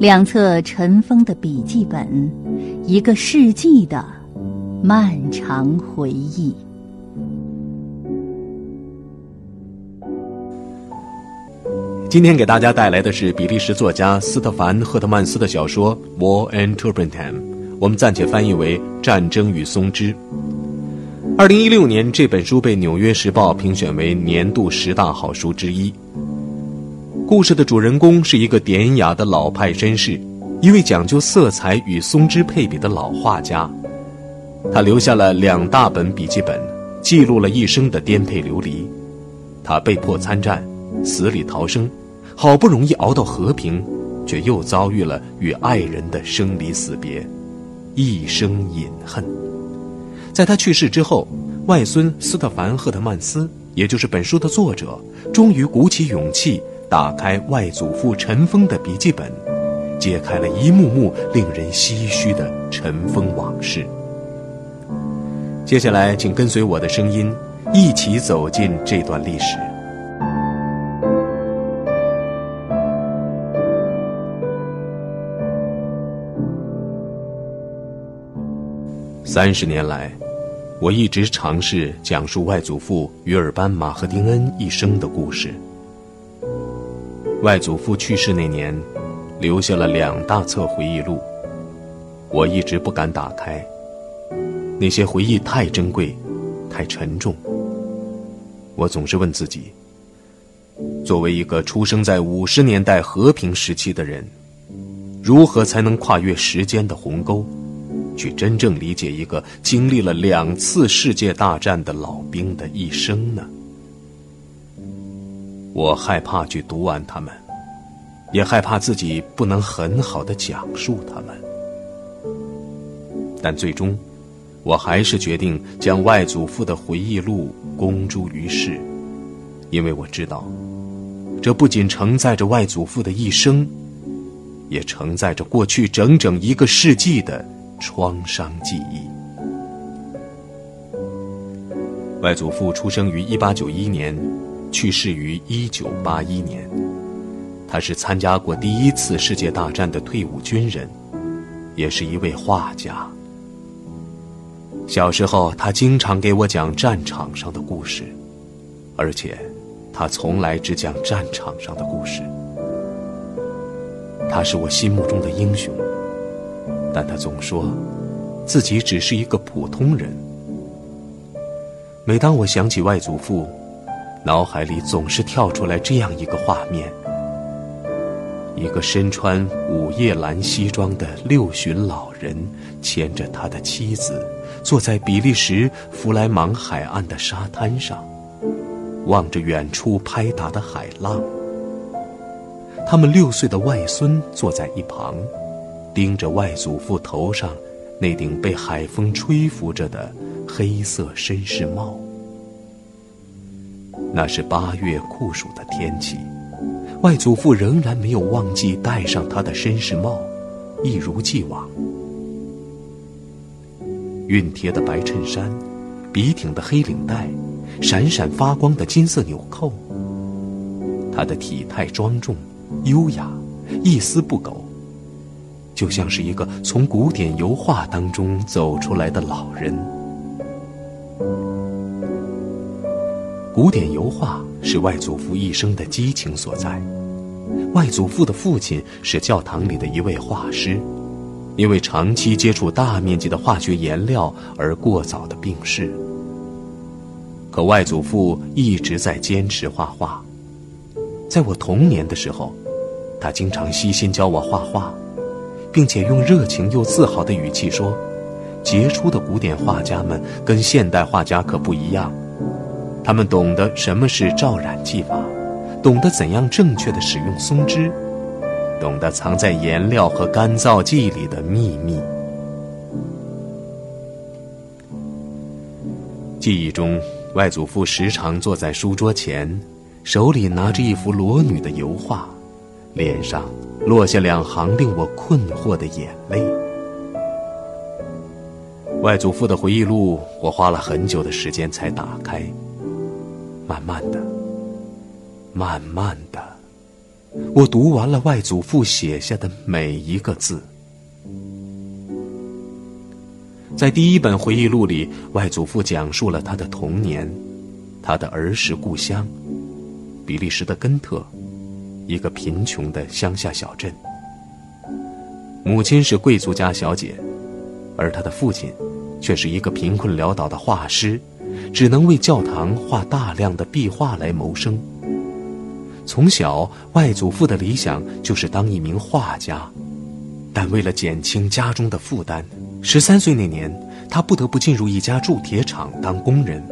2册尘封的笔记本，1个世纪的漫长回忆。 今天给大家带来的是比利时作家斯特凡·赫特曼斯的小说《War and Turpentine》，我们暂且翻译为《战争与松枝》。2016年，这本书被《纽约时报》评选为年度10大好书之一。故事的主人公是一个典雅的老派绅士，一位讲究色彩与松枝配比的老画家。他留下了2大本笔记本，记录了一生的颠沛流离。他被迫参战，死里逃生，好不容易熬到和平，却又遭遇了与爱人的生离死别，一生隐恨。在他去世之后，外孙斯特凡·赫特曼斯，也就是本书的作者，终于鼓起勇气打开外祖父尘封的笔记本，揭开了一幕幕令人唏嘘的尘封往事。接下来请跟随我的声音，一起走进这段历史。30年来，我一直尝试讲述外祖父约尔班·马赫丁恩一生的故事。外祖父去世那年，留下了2大册回忆录，我一直不敢打开，那些回忆太珍贵，太沉重。我总是问自己，作为一个出生在50年代和平时期的人，如何才能跨越时间的鸿沟，去真正理解一个经历了2次世界大战的老兵的一生呢？我害怕去读完他们，也害怕自己不能很好地讲述他们。但最终，我还是决定将外祖父的回忆录公诸于世，因为我知道，这不仅承载着外祖父的一生，也承载着过去整整1个世纪的创伤记忆。外祖父出生于1891年，去世于1981年。他是参加过第1次世界大战的退伍军人，也是一位画家。小时候，他经常给我讲战场上的故事，而且他从来只讲战场上的故事。他是我心目中的英雄，但他总说自己只是一个普通人。每当我想起外祖父，脑海里总是跳出来这样一个画面：一个身穿午夜蓝西装的60旬老人，牵着他的妻子，坐在比利时弗莱芒海岸的沙滩上，望着远处拍打的海浪。他们6岁的外孙坐在一旁，盯着外祖父头上那顶被海风吹拂着的黑色绅士帽。那是8月酷暑的天气，外祖父仍然没有忘记戴上他的绅士帽，一如既往。熨贴的白衬衫，笔挺的黑领带，闪闪发光的金色纽扣。他的体态庄重、优雅，一丝不苟，就像是一个从古典油画当中走出来的老人。古典油画是外祖父一生的激情所在。外祖父的父亲是教堂里的一位画师，因为长期接触大面积的化学颜料而过早的病逝。可外祖父一直在坚持画画。在我童年的时候，他经常悉心教我画画，并且用热情又自豪的语气说，杰出的古典画家们跟现代画家可不一样，他们懂得什么是照染技法，懂得怎样正确地使用松枝，懂得藏在颜料和干燥剂里的秘密。记忆中，外祖父时常坐在书桌前，手里拿着一幅裸女的油画，脸上落下2行令我困惑的眼泪。外祖父的回忆录，我花了很久的时间才打开，慢慢的， 我读完了外祖父写下的每一个字。在第一本回忆录里，外祖父讲述了他的童年，他的儿时故乡比利时的根特，一个贫穷的乡下小镇。母亲是贵族家小姐，而他的父亲却是一个贫困潦倒的画师，只能为教堂画大量的壁画来谋生。从小，外祖父的理想就是当一名画家，但为了减轻家中的负担，13岁那年，他不得不进入一家铸铁厂当工人。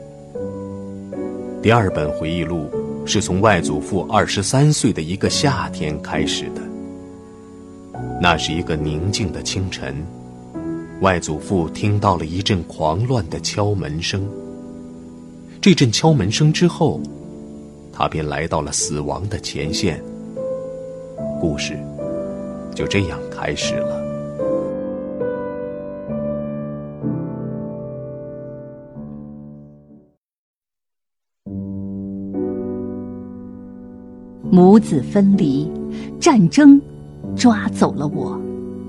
第二本回忆录是从外祖父23岁的一个夏天开始的。那是一个宁静的清晨，外祖父听到了一阵狂乱的敲门声。这阵敲门声之后，他便来到了死亡的前线。故事就这样开始了。 母子分离，战争抓走了我。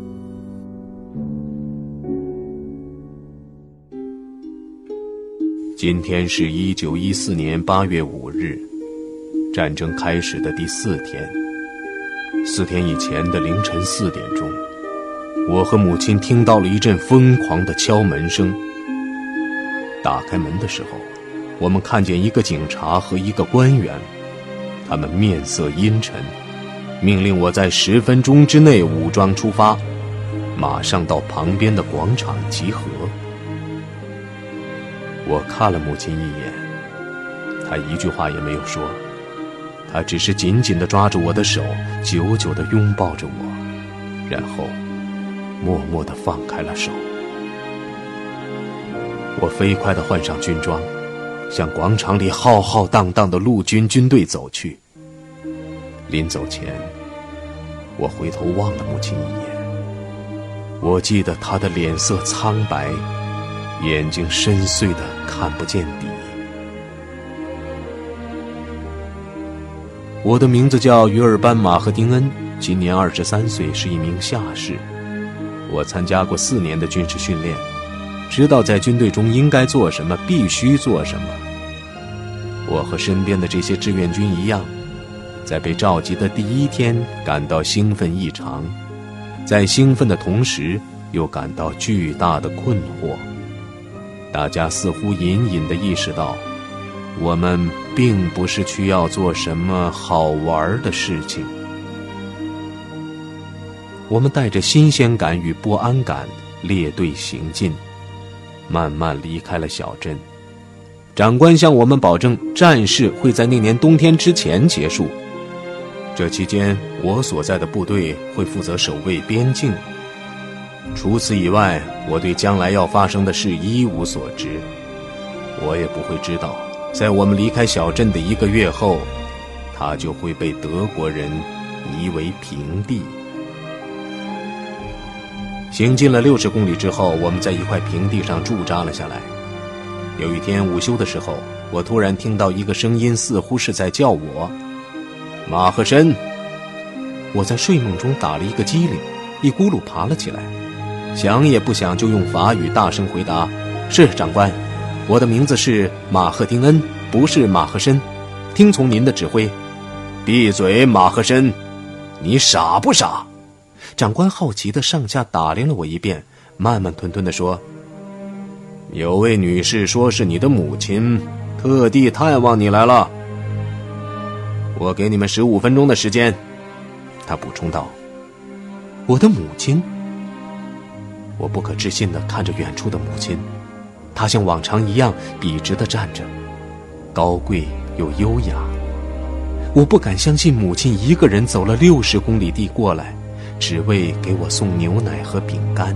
今天是1914年8月5日，战争开始的第4天。4天以前的凌晨4点钟，我和母亲听到了一阵疯狂的敲门声。打开门的时候，我们看见一个警察和一个官员，他们面色阴沉，命令我在10分钟之内武装出发，马上到旁边的广场集合。我看了母亲一眼，她一句话也没有说，她只是紧紧地抓着我的手，久久地拥抱着我，然后默默地放开了手。我飞快地换上军装，向广场里浩浩荡荡的陆军军队走去。临走前，我回头望了母亲一眼，我记得她的脸色苍白，眼睛深邃的看不见底。我的名字叫于尔班·马赫丁恩，今年23岁，是一名下士。我参加过4年的军事训练，知道在军队中应该做什么，必须做什么。我和身边的这些志愿军一样，在被召集的第1天感到兴奋异常，在兴奋的同时又感到巨大的困惑。大家似乎隐隐地意识到，我们并不是需要做什么好玩的事情。我们带着新鲜感与不安感列队行进，慢慢离开了小镇。长官向我们保证，战事会在那年冬天之前结束。这期间，我所在的部队会负责守卫边境。除此以外，我对将来要发生的事一无所知。我也不会知道，在我们离开小镇的1个月后，它就会被德国人夷为平地。行进了60公里之后，我们在一块平地上驻扎了下来。有一天午休的时候，我突然听到一个声音，似乎是在叫我马赫申。我在睡梦中打了一个激灵，一咕噜爬了起来，想也不想就用法语大声回答：是长官，我的名字是马赫丁恩，不是马赫申，听从您的指挥。闭嘴，马赫申，你傻不傻？长官好奇地上下打量了我一遍，慢慢吞吞地说：有位女士说是你的母亲，特地探望你来了。我给你们15分钟的时间。他补充道。我的母亲？我不可置信地看着远处的母亲，她像往常一样笔直地站着，高贵又优雅。我不敢相信母亲一个人走了60公里地过来，只为给我送牛奶和饼干。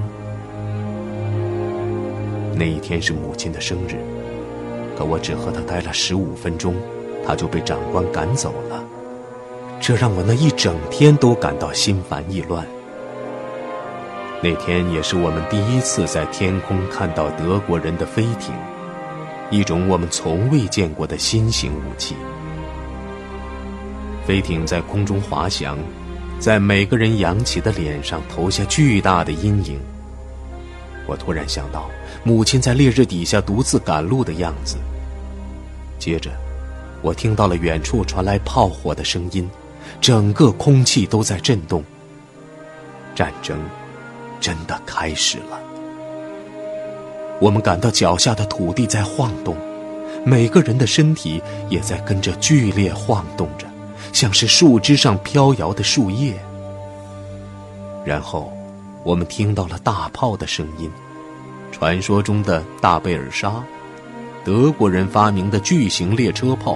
那一天是母亲的生日，可我只和她待了15分钟，她就被长官赶走了。这让我那一整天都感到心烦意乱。那天也是我们第一次在天空看到德国人的飞艇，一种我们从未见过的新型武器。 飞艇在空中滑翔，在每个人扬起的脸上投下巨大的阴影。我突然想到母亲在烈日底下独自赶路的样子。接着我听到了远处传来炮火的声音，整个空气都在震动。战争真的开始了。我们感到脚下的土地在晃动，每个人的身体也在跟着剧烈晃动着，像是树枝上飘摇的树叶。然后我们听到了大炮的声音，传说中的大贝尔莎，德国人发明的巨型列车炮。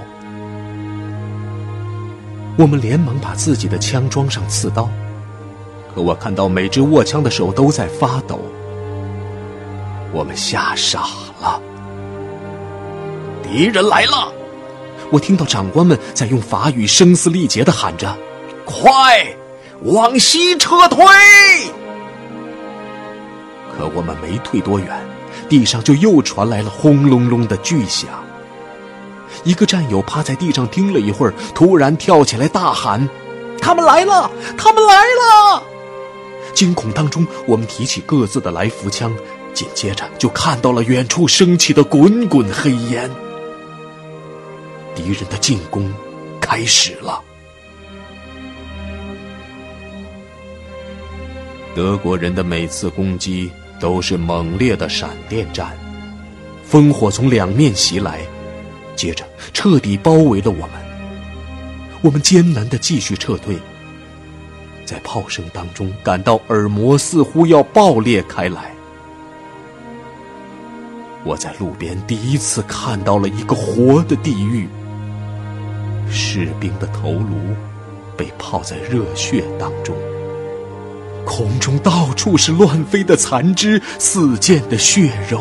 我们连忙把自己的枪装上刺刀，可我看到每只握枪的手都在发抖。我们吓傻了。敌人来了！我听到长官们在用法语声嘶力竭地喊着：“快，往西撤退！”可我们没退多远，地上就又传来了轰隆隆的巨响。一个战友趴在地上听了一会儿，突然跳起来大喊：“他们来了！他们来了！”惊恐当中，我们提起各自的来福枪，紧接着就看到了远处升起的滚滚黑烟。敌人的进攻开始了。德国人的每次攻击都是猛烈的闪电战，烽火从两面袭来，接着彻底包围了我们。我们艰难地继续撤退，在炮声当中感到耳膜似乎要爆裂开来。我在路边第一次看到了一个活的地狱，士兵的头颅被泡在热血当中，空中到处是乱飞的残肢，四溅的血肉。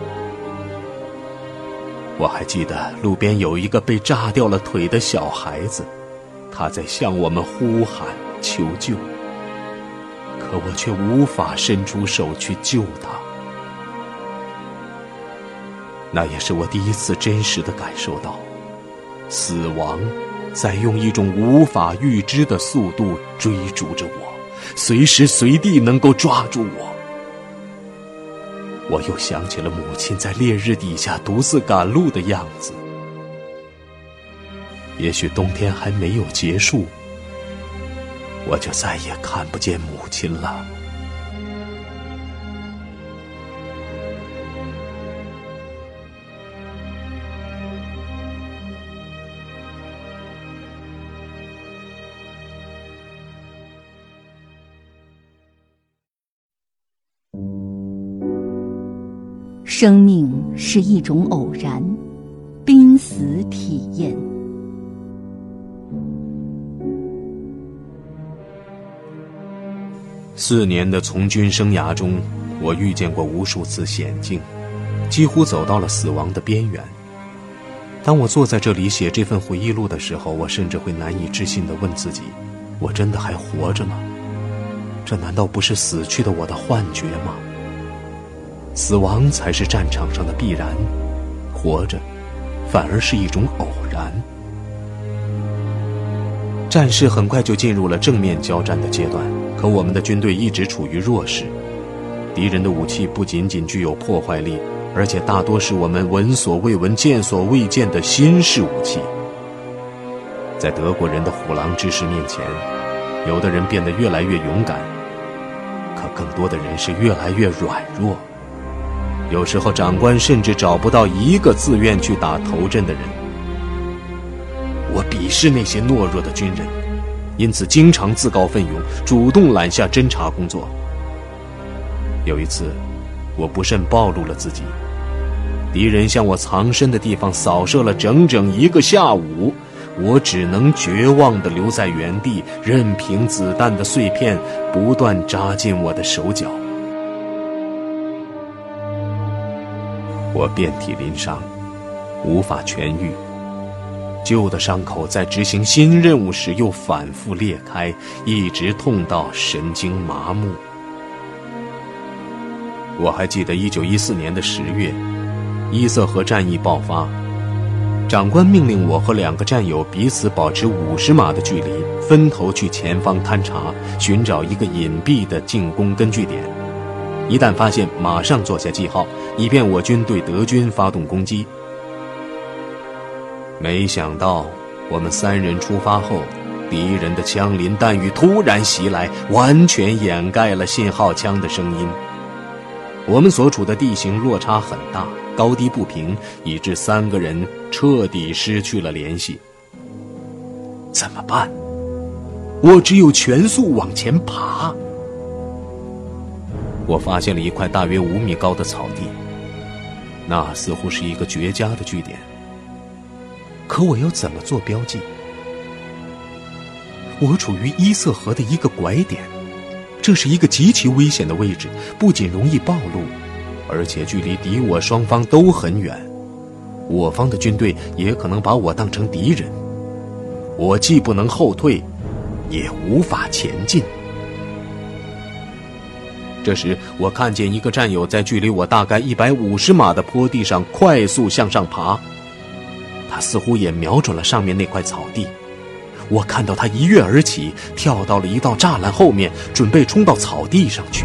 我还记得路边有一个被炸掉了腿的小孩子，他在向我们呼喊求救，可我却无法伸出手去救他。那也是我第一次真实地感受到，死亡在用一种无法预知的速度追逐着我，随时随地能够抓住我。我又想起了母亲在烈日底下独自赶路的样子。也许冬天还没有结束，我就再也看不见母亲了。 生命是一种偶然，濒死体验。 4年的从军生涯中，我遇见过无数次险境，几乎走到了死亡的边缘。当我坐在这里写这份回忆录的时候，我甚至会难以置信地问自己，我真的还活着吗？这难道不是死去的我的幻觉吗？死亡才是战场上的必然，活着反而是一种偶然。战事很快就进入了正面交战的阶段，可我们的军队一直处于弱势。敌人的武器不仅仅具有破坏力，而且大多是我们闻所未闻、见所未见的新式武器。在德国人的虎狼之势面前，有的人变得越来越勇敢，可更多的人是越来越软弱。有时候长官甚至找不到一个自愿去打头阵的人。我鄙视那些懦弱的军人，因此经常自告奋勇，主动揽下侦察工作。有一次，我不慎暴露了自己，敌人向我藏身的地方扫射了整整1个下午，我只能绝望地留在原地，任凭子弹的碎片不断扎进我的手脚。我遍体鳞伤，无法痊愈，旧的伤口在执行新任务时又反复裂开，一直痛到神经麻木。我还记得1914年的10月，伊塞河战役爆发， 长官命令我和2个战友彼此保持50码的距离，分头去前方勘察，寻找一个隐蔽的进攻根据点。一旦发现，马上做下记号，以便我军对德军发动攻击。没想到，我们3人出发后，敌人的枪林弹雨突然袭来，完全掩盖了信号枪的声音。我们所处的地形落差很大，高低不平，以致3个人彻底失去了联系。怎么办？我只有全速往前爬。我发现了一块大约5米高的草地，那似乎是一个绝佳的据点。可我要怎么做标记？我处于伊瑟河的一个拐点，这是一个极其危险的位置，不仅容易暴露，而且距离敌我双方都很远。我方的军队也可能把我当成敌人，我既不能后退，也无法前进。这时，我看见一个战友在距离我大概150码的坡地上快速向上爬，他似乎也瞄准了上面那块草地。我看到他一跃而起，跳到了一道栅栏后面，准备冲到草地上去。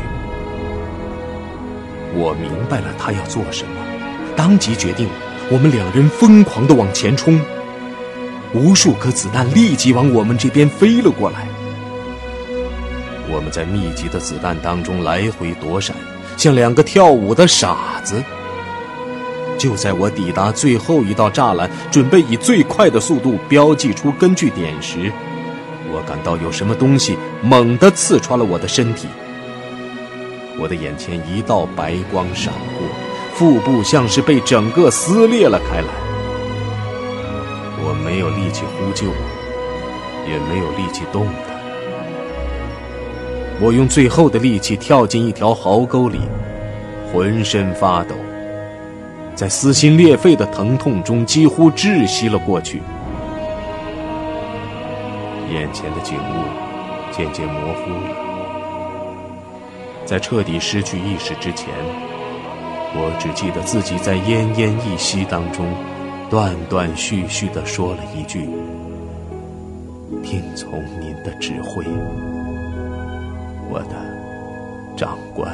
我明白了他要做什么，当即决定，我们2人疯狂地往前冲。无数颗子弹立即往我们这边飞了过来。我们在密集的子弹当中来回躲闪，像2个跳舞的傻子。就在我抵达最后一道栅栏，准备以最快的速度标记出根据点时，我感到有什么东西猛地刺穿了我的身体。我的眼前一道白光闪过，腹部像是被整个撕裂了开来。我没有力气呼救，也没有力气动弹。我用最后的力气跳进一条壕沟里，浑身发抖，在撕心裂肺的疼痛中几乎窒息了过去。眼前的景物渐渐模糊了，在彻底失去意识之前，我只记得自己在奄奄一息当中断断续续地说了一句：听从您的指挥，我的长官。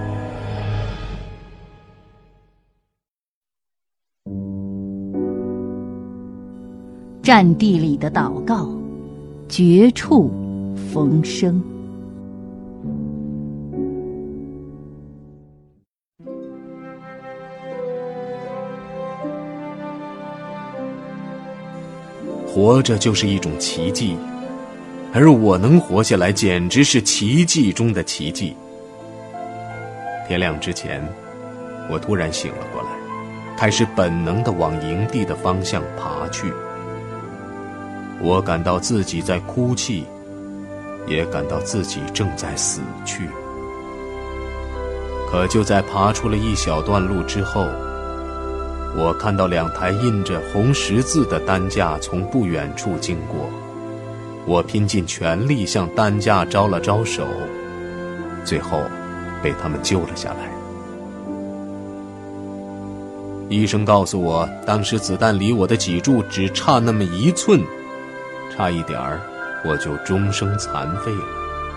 战地里的祷告，绝处逢生。 活着就是一种奇迹，而我能活下来简直是奇迹中的奇迹。天亮之前，我突然醒了过来，开始本能地往营地的方向爬去。我感到自己在哭泣，也感到自己正在死去。可就在爬出了一小段路之后，我看到2台印着红十字的担架从不远处经过。我拼尽全力向担架招了招手，最后被他们救了下来。医生告诉我，当时子弹离我的脊柱只差那么1寸，差一点儿我就终生残废了。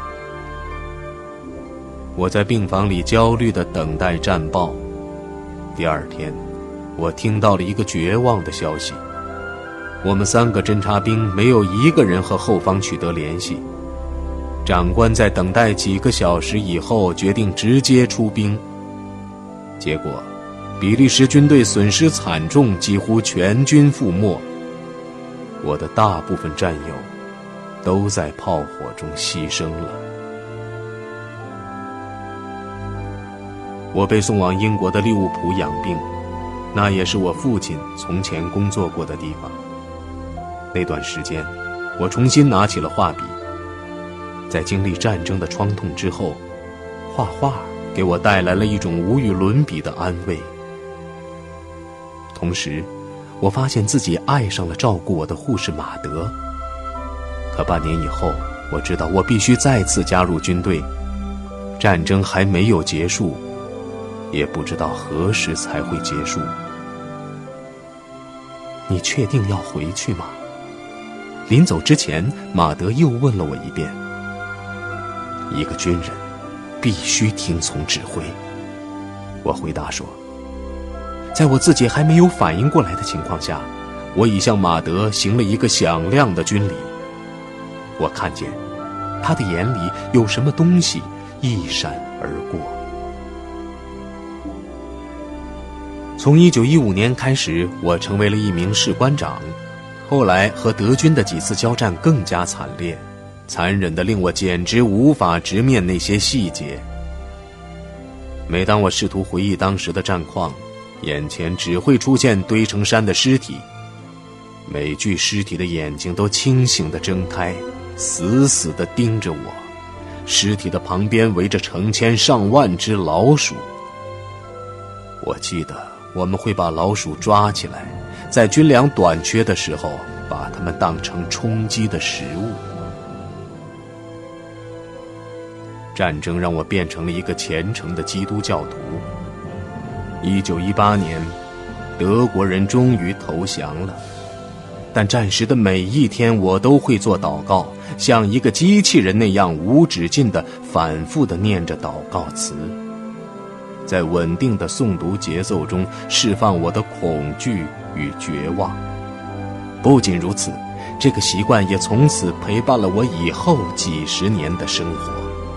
我在病房里焦虑地等待战报。第2天，我听到了一个绝望的消息，我们3个侦察兵没有1个人和后方取得联系。长官在等待几个小时以后决定直接出兵，结果比利时军队损失惨重，几乎全军覆没。我的大部分战友都在炮火中牺牲了。我被送往英国的利物浦养病，那也是我父亲从前工作过的地方。那段时间，我重新拿起了画笔。在经历战争的创痛之后，画画给我带来了一种无与伦比的安慰。同时，我发现自己爱上了照顾我的护士马德。可半年以后，我知道我必须再次加入军队。战争还没有结束，也不知道何时才会结束。 你确定要回去吗？临走之前，马德又问了我一遍。一个军人必须听从指挥，我回答说。在我自己还没有反应过来的情况下，我已向马德行了一个响亮的军礼。我看见他的眼里有什么东西一闪而过。从1915年开始，我成为了一名士官长，后来和德军的几次交战更加惨烈，残忍得令我简直无法直面那些细节。每当我试图回忆当时的战况，眼前只会出现堆成山的尸体，每具尸体的眼睛都清醒地睁开，死死地盯着我。尸体的旁边围着成千上万只老鼠。我记得我们会把老鼠抓起来，在军粮短缺的时候把它们当成充饥的食物。战争让我变成了一个虔诚的基督教徒。1918年，德国人终于投降了，但战时的每一天我都会做祷告，像一个机器人那样无止境地反复地念着祷告词，在稳定的诵读节奏中释放我的恐惧与绝望。不仅如此，这个习惯也从此陪伴了我以后几十年的生活。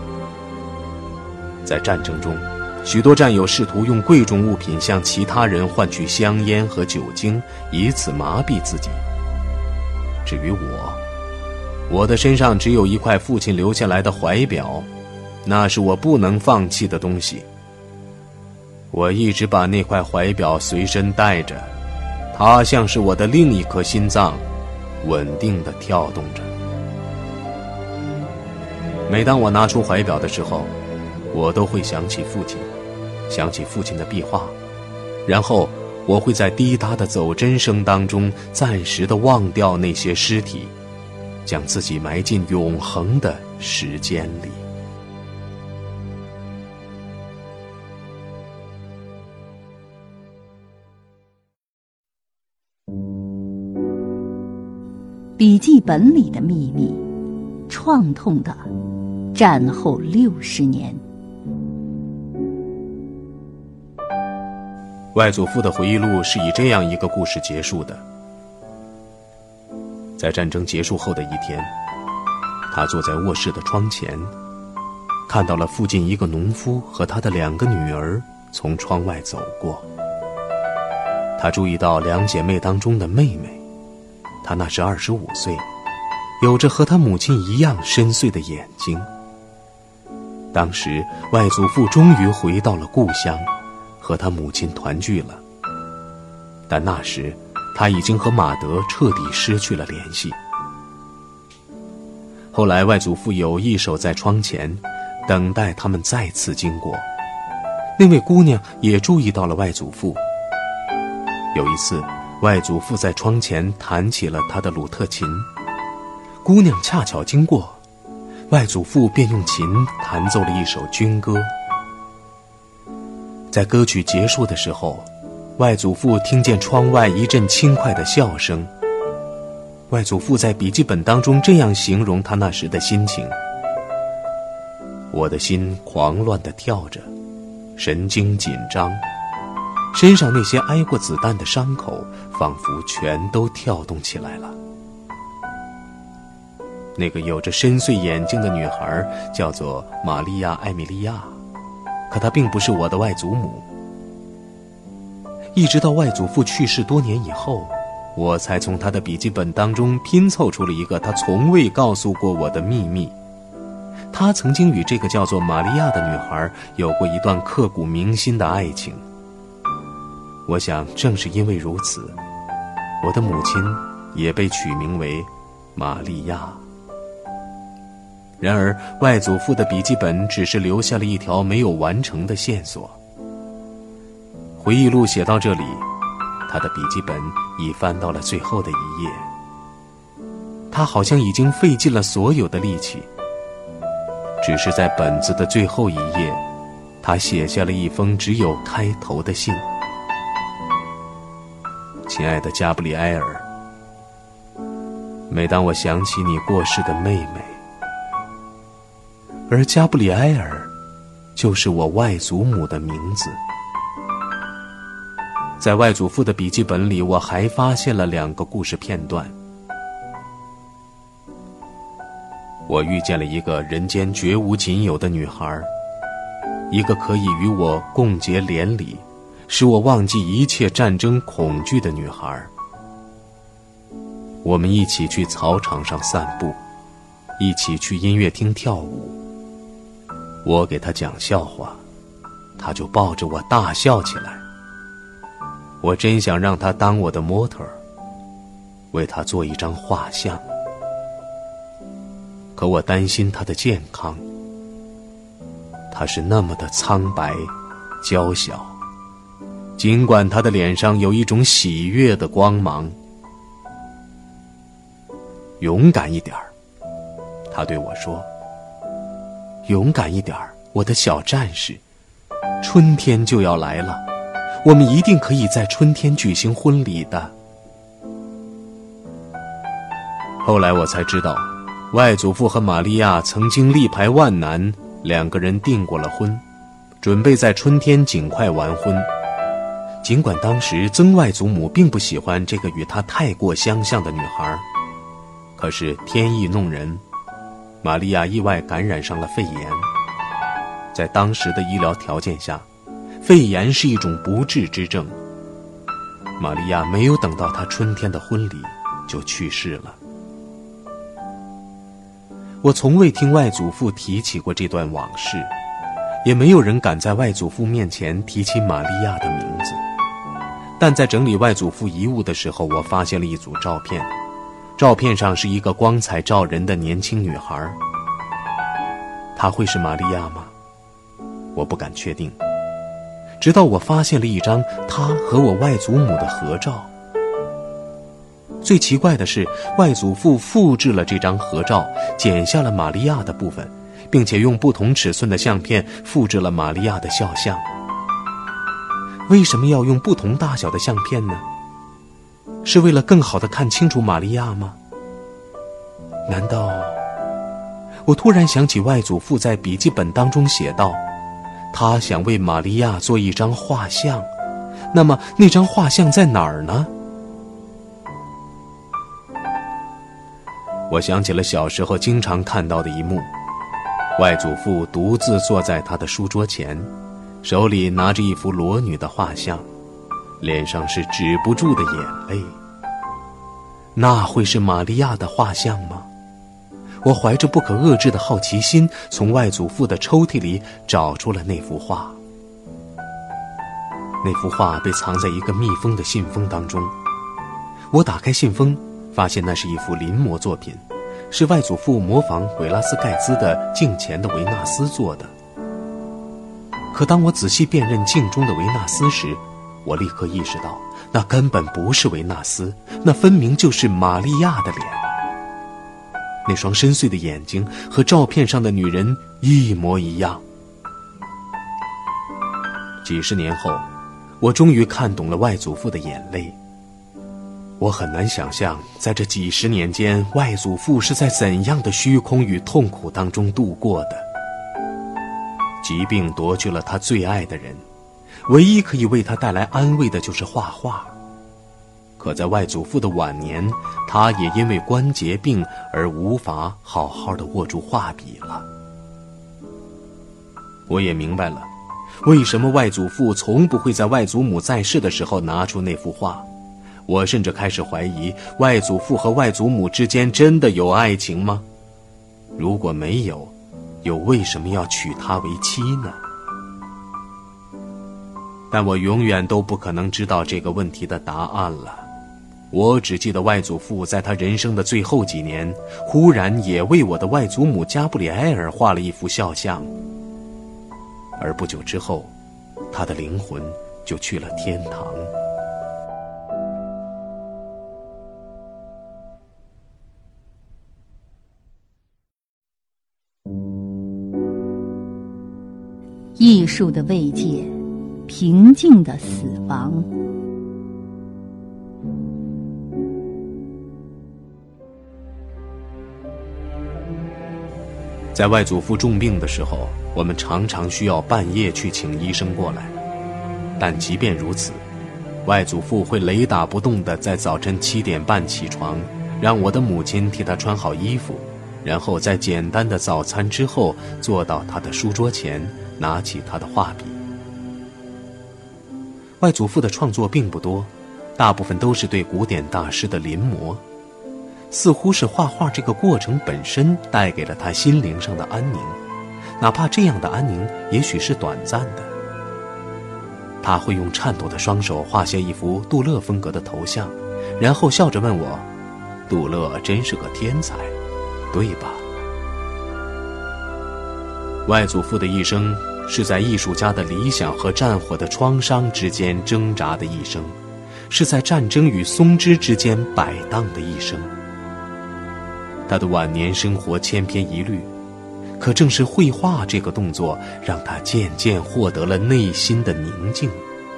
在战争中，许多战友试图用贵重物品向其他人换取香烟和酒精，以此麻痹自己。至于我的身上只有一块父亲留下来的怀表，那是我不能放弃的东西。我一直把那块怀表随身带着，它像是我的另一颗心脏，稳定地跳动着。每当我拿出怀表的时候，我都会想起父亲，想起父亲的壁画，然后我会在滴答的走针声当中暂时地忘掉那些尸体，将自己埋进永恒的时间里。 笔记本里的秘密，创痛的战后60年。 外祖父的回忆录是以这样一个故事结束的。在战争结束后的一天，他坐在卧室的窗前，看到了附近一个农夫和他的2个女儿从窗外走过。他注意到2姐妹当中的妹妹，她那时25岁，有着和她母亲一样深邃的眼睛。当时外祖父终于回到了故乡，和他母亲团聚了，但那时他已经和马德彻底失去了联系。后来外祖父有意守在窗前，等待他们再次经过。那位姑娘也注意到了外祖父。有一次，外祖父在窗前弹起了他的鲁特琴，姑娘恰巧经过，外祖父便用琴弹奏了一首军歌。在歌曲结束的时候，外祖父听见窗外一阵轻快的笑声。外祖父在笔记本当中这样形容他那时的心情：我的心狂乱地跳着，神经紧张，身上那些挨过子弹的伤口仿佛全都跳动起来了。那个有着深邃眼睛的女孩叫做玛利亚·艾米莉亚，可她并不是我的外祖母。一直到外祖父去世多年以后，我才从他的笔记本当中拼凑出了一个他从未告诉过我的秘密。他曾经与这个叫做玛利亚的女孩有过一段刻骨铭心的爱情。我想正是因为如此，我的母亲也被取名为玛利亚。然而外祖父的笔记本只是留下了一条没有完成的线索。回忆录写到这里，他的笔记本已翻到了最后的一页。他好像已经费尽了所有的力气，只是在本子的最后一页，他写下了一封只有开头的信。 亲爱的加布里埃尔，每当我想起你过世的妹妹，而加布里埃尔就是我外祖母的名字。在外祖父的笔记本里，我还发现了2个故事片段。我遇见了一个人间绝无仅有的女孩，一个可以与我共结连理，使我忘记一切战争恐惧的女孩。我们一起去操场上散步，一起去音乐厅跳舞。我给她讲笑话，她就抱着我大笑起来。我真想让她当我的模特儿，为她做一张画像。可我担心她的健康，她是那么的苍白、娇小，尽管她的脸上有一种喜悦的光芒。勇敢一点儿，她对我说，勇敢一点儿，我的小战士，春天就要来了，我们一定可以在春天举行婚礼的。后来我才知道，外祖父和玛利亚曾经力排万难，2个人订过了婚，准备在春天尽快完婚。尽管当时曾外祖母并不喜欢这个与她太过相像的女孩，可是天意弄人，玛利亚意外感染上了肺炎。在当时的医疗条件下，肺炎是一种不治之症。玛利亚没有等到她春天的婚礼就去世了。我从未听外祖父提起过这段往事，也没有人敢在外祖父面前提起玛利亚的名字。但在整理外祖父遗物的时候，我发现了一组照片，照片上是一个光彩照人的年轻女孩。她会是玛利亚吗？我不敢确定，直到我发现了一张她和我外祖母的合照。最奇怪的是，外祖父复制了这张合照，剪下了玛利亚的部分，并且用不同尺寸的相片复制了玛利亚的肖像。为什么要用不同大小的相片呢？是为了更好地看清楚玛利亚吗？难道……我突然想起外祖父在笔记本当中写道，他想为玛利亚做一张画像。那么那张画像在哪儿呢？我想起了小时候经常看到的一幕，外祖父独自坐在他的书桌前，手里拿着一幅裸女的画像，脸上是止不住的眼泪。那会是玛利亚的画像吗？我怀着不可遏制的好奇心，从外祖父的抽屉里找出了那幅画。那幅画被藏在一个密封的信封当中。我打开信封，发现那是一幅临摹作品，是外祖父模仿韦拉斯盖兹的《镜前的维纳斯》做的。可当我仔细辨认镜中的维纳斯时，我立刻意识到，那根本不是维纳斯，那分明就是玛利亚的脸。那双深邃的眼睛和照片上的女人一模一样。几十年后，我终于看懂了外祖父的眼泪。我很难想象，在这几十年间，外祖父是在怎样的虚空与痛苦当中度过的。疾病夺去了他最爱的人，唯一可以为他带来安慰的就是画画。可在外祖父的晚年，他也因为关节病而无法好好的握住画笔了。我也明白了，为什么外祖父从不会在外祖母在世的时候拿出那幅画。我甚至开始怀疑，外祖父和外祖母之间真的有爱情吗？如果没有，又为什么要娶她为妻呢？但我永远都不可能知道这个问题的答案了。我只记得外祖父在他人生的最后几年，忽然也为我的外祖母加布里埃尔画了一幅肖像，而不久之后，他的灵魂就去了天堂。 艺术的慰藉，平静的死亡。 在外祖父重病的时候，我们常常需要半夜去请医生过来，但即便如此，外祖父会雷打不动地在早晨7点半起床，让我的母亲替他穿好衣服，然后在简单的早餐之后坐到他的书桌前，拿起他的画笔。外祖父的创作并不多，大部分都是对古典大师的临摹，似乎是画画这个过程本身带给了他心灵上的安宁，哪怕这样的安宁也许是短暂的。他会用颤抖的双手画下一幅杜勒风格的头像，然后笑着问我，杜勒真是个天才，对吧？外祖父的一生是在艺术家的理想和战火的创伤之间挣扎的一生，是在战争与松枝之间摆荡的一生。他的晚年生活千篇一律，可正是绘画这个动作让他渐渐获得了内心的宁静。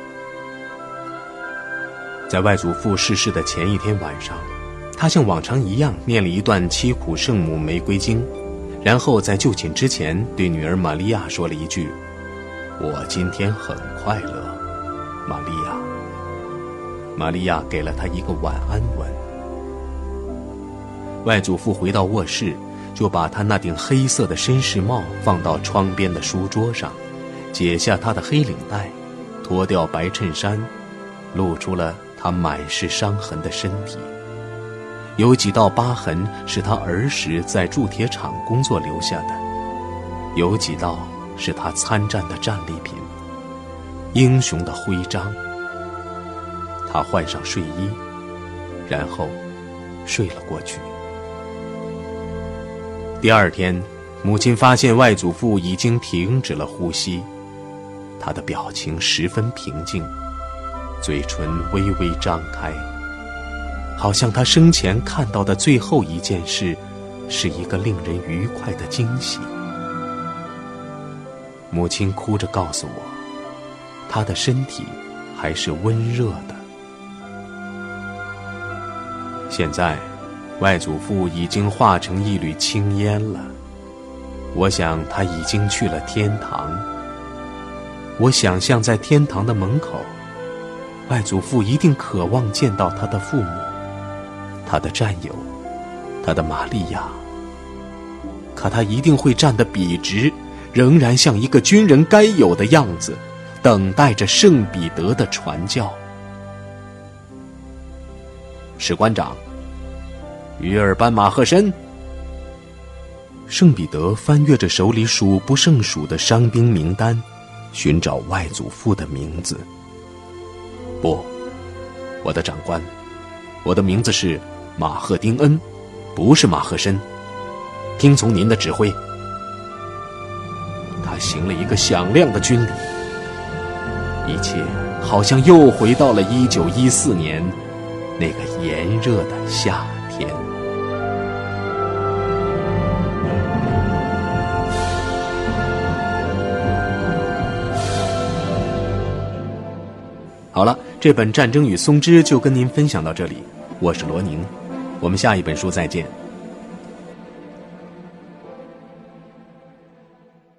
在外祖父逝世的前一天晚上，他像往常一样念了一段七苦圣母玫瑰经，然后在就寝之前对女儿玛利亚说了一句，我今天很快乐，玛利亚。玛利亚给了他一个晚安吻。外祖父回到卧室，就把他那顶黑色的绅士帽放到窗边的书桌上，解下他的黑领带，脱掉白衬衫，露出了他满是伤痕的身体。有几道疤痕是他儿时在铸铁厂工作留下的，有几道是他参战的战利品，英雄的徽章。他换上睡衣，然后睡了过去。第二天，母亲发现外祖父已经停止了呼吸，他的表情十分平静，嘴唇微微张开，好像他生前看到的最后一件事是一个令人愉快的惊喜。母亲哭着告诉我，他的身体还是温热的。现在外祖父已经化成一缕青烟了，我想他已经去了天堂。我想象在天堂的门口，外祖父一定渴望见到他的父母，他的战友，他的玛利亚。可他一定会站得笔直，仍然像一个军人该有的样子，等待着圣彼得的传教。士官长，于尔班马赫申。圣彼得翻阅着手里数不胜数的伤兵名单，寻找外祖父的名字。不，我的长官，我的名字是马赫丁恩，不是马赫申。听从您的指挥。他行了一个响亮的军礼。一切好像又回到了1914年那个炎热的夏天。好了，这本《战争与松枝》就跟您分享到这里，我是罗宁，我们下一本书再见。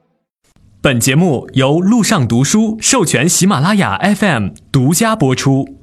本节目由路上读书授权喜马拉雅 FM 独家播出。